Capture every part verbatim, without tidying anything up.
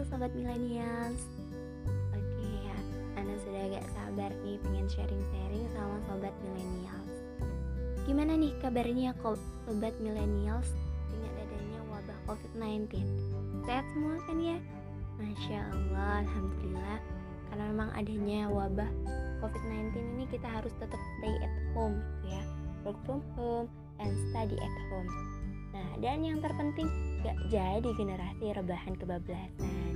Sobat Millennials. Oke ya, Ana sudah agak sabar nih pengen sharing-sharing sama Sobat Millennials. Gimana nih kabarnya kok Sobat Millennials dengan adanya wabah covid sembilan belas? Sehat semua kan ya? Masya Allah, Alhamdulillah. Karena memang adanya wabah covid sembilan belas ini kita harus tetap stay at home gitu ya. Work from home and study at home. Nah, dan yang terpenting gak jadi generasi rebahan kebablasan.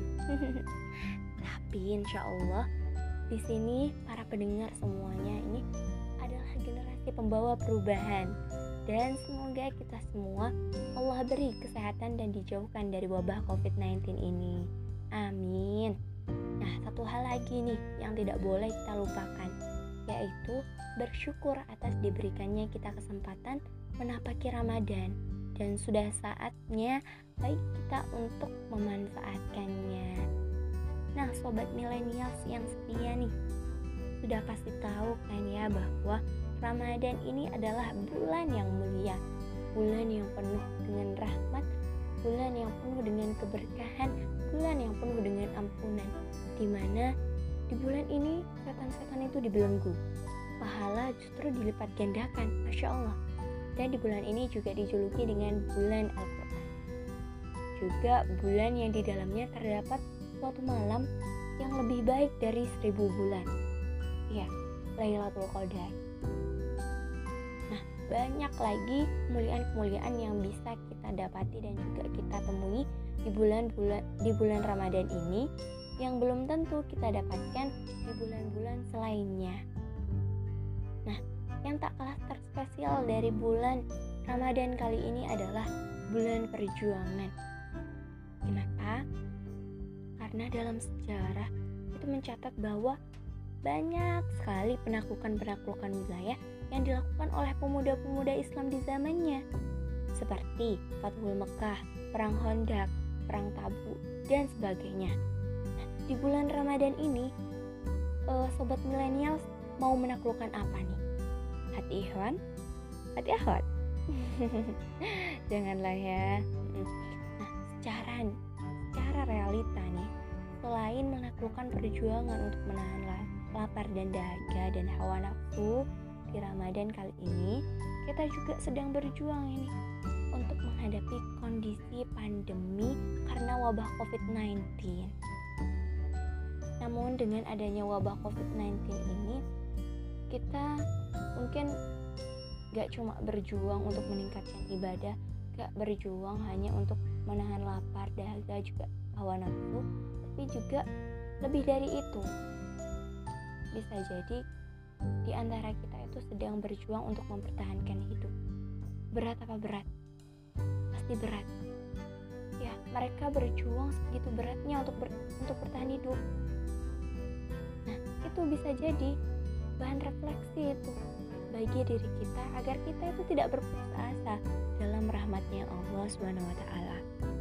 Tapi insya Allah di sini para pendengar semuanya ini adalah generasi pembawa perubahan. Dan semoga kita semua Allah beri kesehatan dan dijauhkan dari wabah covid sembilan belas ini. Amin. Nah, satu hal lagi nih yang tidak boleh kita lupakan, yaitu bersyukur atas diberikannya kita kesempatan menapaki Ramadan. Dan sudah saatnya bagi kita untuk memanfaatkannya. Nah, Sobat Millennials yang setia nih, sudah pasti tahu kan ya bahwa Ramadan ini adalah bulan yang mulia, bulan yang penuh dengan rahmat, bulan yang penuh dengan keberkahan, bulan yang penuh dengan ampunan, dimana di bulan ini setan-setan itu dibelenggu, pahala justru dilipat gandakan, Masya Allah. Dan di bulan ini juga dijuluki dengan bulan Al-Quran, juga bulan yang di dalamnya terdapat suatu malam yang lebih baik dari seribu bulan, ya, Lailatul Qadar. Nah, banyak lagi kemuliaan-kemuliaan yang bisa kita dapati dan juga kita temui di bulan-bulan di bulan Ramadan ini yang belum tentu kita dapatkan di bulan-bulan selainnya. Nah, yang tak kalah terspesial dari bulan Ramadan kali ini adalah bulan perjuangan. Kenapa? Karena dalam sejarah itu mencatat bahwa banyak sekali penaklukan-penaklukan wilayah yang dilakukan oleh pemuda-pemuda Islam di zamannya, seperti Fathul Mekah, Perang Khandaq, Perang Tabuk, dan sebagainya. Nah, di bulan Ramadan ini, uh, Sobat Millennials mau menaklukkan apa nih? Hati ikhwan? Hati akhwat? Janganlah ya. Nah, secara secara realita nih, selain menaklukkan perjuangan untuk menahan lapar dan dahaga dan hawa nafsu di Ramadan kali ini, kita juga sedang berjuang ini untuk menghadapi kondisi pandemi karena wabah covid sembilan belas. Namun dengan adanya wabah covid sembilan belas ini, kita mungkin gak cuma berjuang untuk meningkatkan ibadah, gak berjuang hanya untuk menahan lapar, dahaga, juga hawa nafsu, tapi juga lebih dari itu. Bisa jadi di antara kita itu sedang berjuang untuk mempertahankan hidup. Berat apa berat? Pasti berat. Ya, mereka berjuang segitu beratnya untuk ber, untuk bertahan hidup. Nah, itu bisa jadi bahan refleksi itu bagi diri kita agar kita itu tidak berputus asa dalam rahmatnya Allah subhanahu wa taala.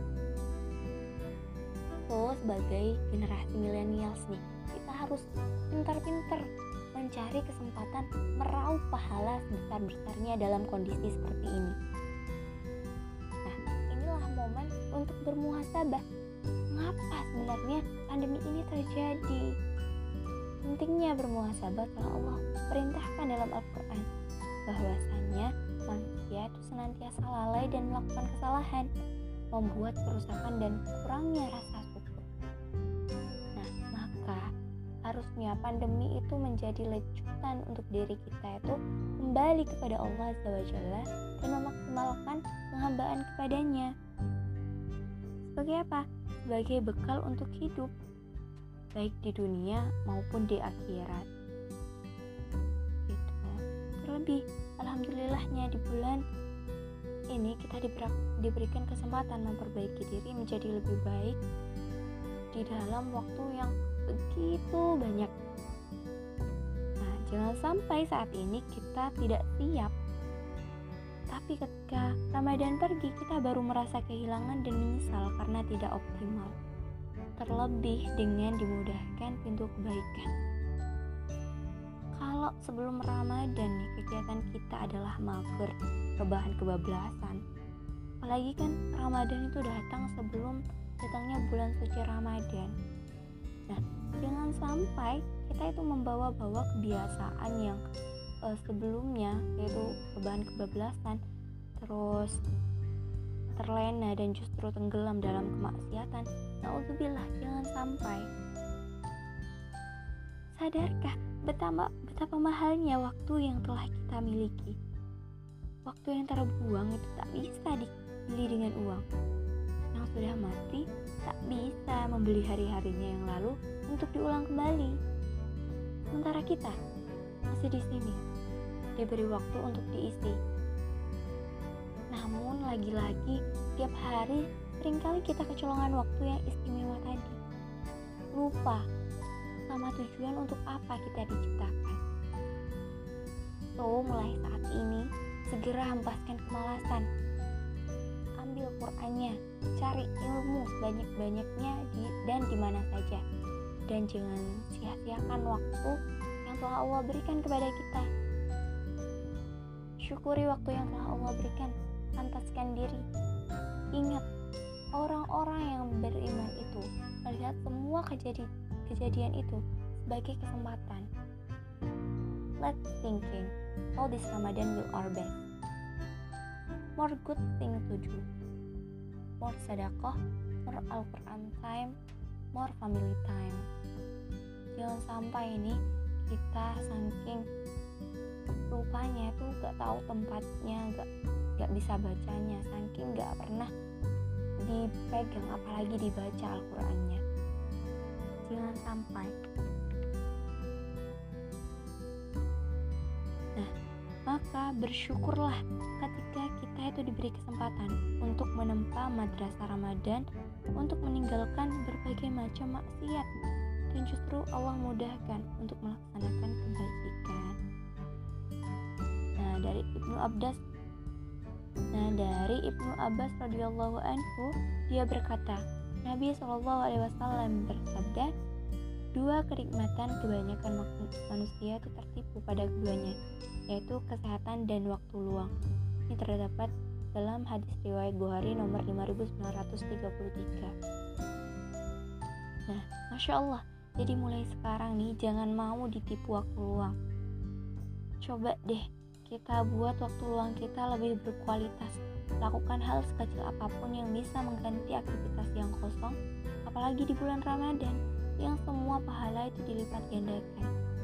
So, sebagai generasi millennials nih, kita harus pintar-pintar mencari kesempatan meraup pahala sebesar-besarnya dalam kondisi seperti ini. Nah, inilah momen untuk bermuhasabah. Mengapa sebenarnya pandemi ini terjadi? Pentingnya bermuhasabah telah Allah perintahkan dalam Al-Quran bahwasanya manusia itu senantiasa lalai dan melakukan kesalahan, membuat kerusakan dan kurangnya rasa syukur. Nah, maka harusnya pandemi itu menjadi lecutan untuk diri kita itu kembali kepada Allah Azza wa Jalla dan memaksimalkan penghambaan kepadanya. Sebagai apa? Sebagai bekal untuk hidup, baik di dunia maupun di akhirat. Gitu. Terlebih, alhamdulillahnya di bulan ini kita diberikan kesempatan memperbaiki diri menjadi lebih baik di dalam waktu yang begitu banyak. Nah, jangan sampai saat ini kita tidak siap, tapi ketika Ramadan pergi kita baru merasa kehilangan dan menyesal karena tidak optimal. Terlebih dengan dimudahkan pintu kebaikan. Kalau sebelum Ramadan nih kegiatan kita adalah mager, rebahan kebablasan. Apalagi kan Ramadan itu datang sebelum datangnya bulan suci Ramadan. Nah, jangan sampai kita itu membawa-bawa kebiasaan yang uh, sebelumnya, yaitu perubahan kebablasan, terus terlena dan justru tenggelam dalam kemaksiatan. Na'udzubillah, jangan sampai. Sadarkah betapa, betapa mahalnya waktu yang telah kita miliki? Waktu yang terbuang itu tak bisa dibeli dengan uang. Yang sudah mati tak bisa membeli hari-harinya yang lalu untuk diulang kembali. Sementara kita masih di sini, diberi waktu untuk diisi. Namun lagi-lagi tiap hari seringkali kita kecolongan waktu yang istimewa tadi. Lupa sama tujuan untuk apa kita diciptakan. So, mulai saat ini segera hempaskan kemalasan. Ambil Qur'annya, cari ilmu sebanyak-banyaknya di, dan di mana saja. Dan jangan sia-siakan waktu yang telah Allah berikan kepada kita. Syukuri waktu yang telah Allah berikan, pantaskan diri. Ingat, orang-orang yang beriman itu melihat semua kejadian kejadian itu sebagai kesempatan. Let's thinking how this Ramadan will our best. More good thing to do. More sedekah, more Al-Quran time, more family time. Jangan sampai ini kita saking rupanya itu gak tahu tempatnya, gak, gak bisa bacanya, saking gak pernah dipegang apalagi dibaca Al-Qurannya. Jangan sampai. Nah, maka bersyukurlah ketika kita itu diberi kesempatan untuk menempa madrasah Ramadan, untuk meninggalkan berbagai macam maksiat, dan justru Allah mudahkan untuk melaksanakan kebajikan. Nah, dari Ibnu Abbas Nah, dari Ibnu Abbas radhiyallahu anhu, dia berkata, Nabi shallallahu alaihi wasallam bersabda, dua kenikmatan kebanyakan manusia itu tertipu pada keduanya, yaitu kesehatan dan waktu luang. Ini terdapat dalam hadis riwayat Bukhari nomor lima ribu sembilan ratus tiga puluh tiga. Nah, Masya Allah, jadi mulai sekarang nih jangan mau ditipu waktu luang. Coba deh kita buat waktu luang kita lebih berkualitas. Lakukan hal sekecil apapun yang bisa mengganti aktivitas yang kosong, apalagi di bulan Ramadan yang semua pahala itu dilipat gandakan.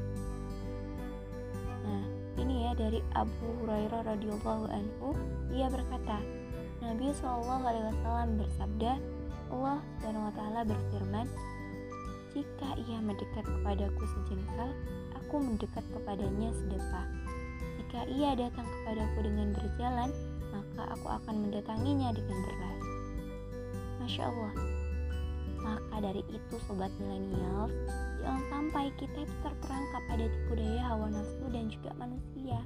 Nah, ini ya dari Abu Hurairah radhiyallahu anhu, dia berkata, Nabi shallallahu alaihi wasallam bersabda, Allah subhanahu wa taala berfirman, jika ia mendekat kepadaku sejengkal, aku mendekat kepadanya sedepa. Jika ia datang kepadaku dengan berjalan, maka aku akan mendatanginya dengan berlari. Masya Allah. Maka dari itu sobat milenial, jangan sampai kita itu terperangkap pada tipu daya hawa nafsu dan juga manusia.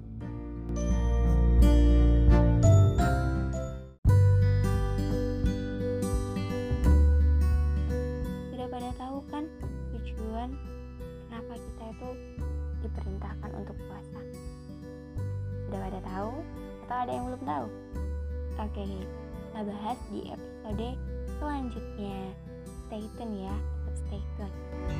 Sudah pada tahu kan tujuan kenapa kita itu diperintahkan untuk puasa? Sudah pada tahu? Atau ada yang belum tahu? Oke, kita bahas di episode selanjutnya. Stay tune ya, tetap stay tune.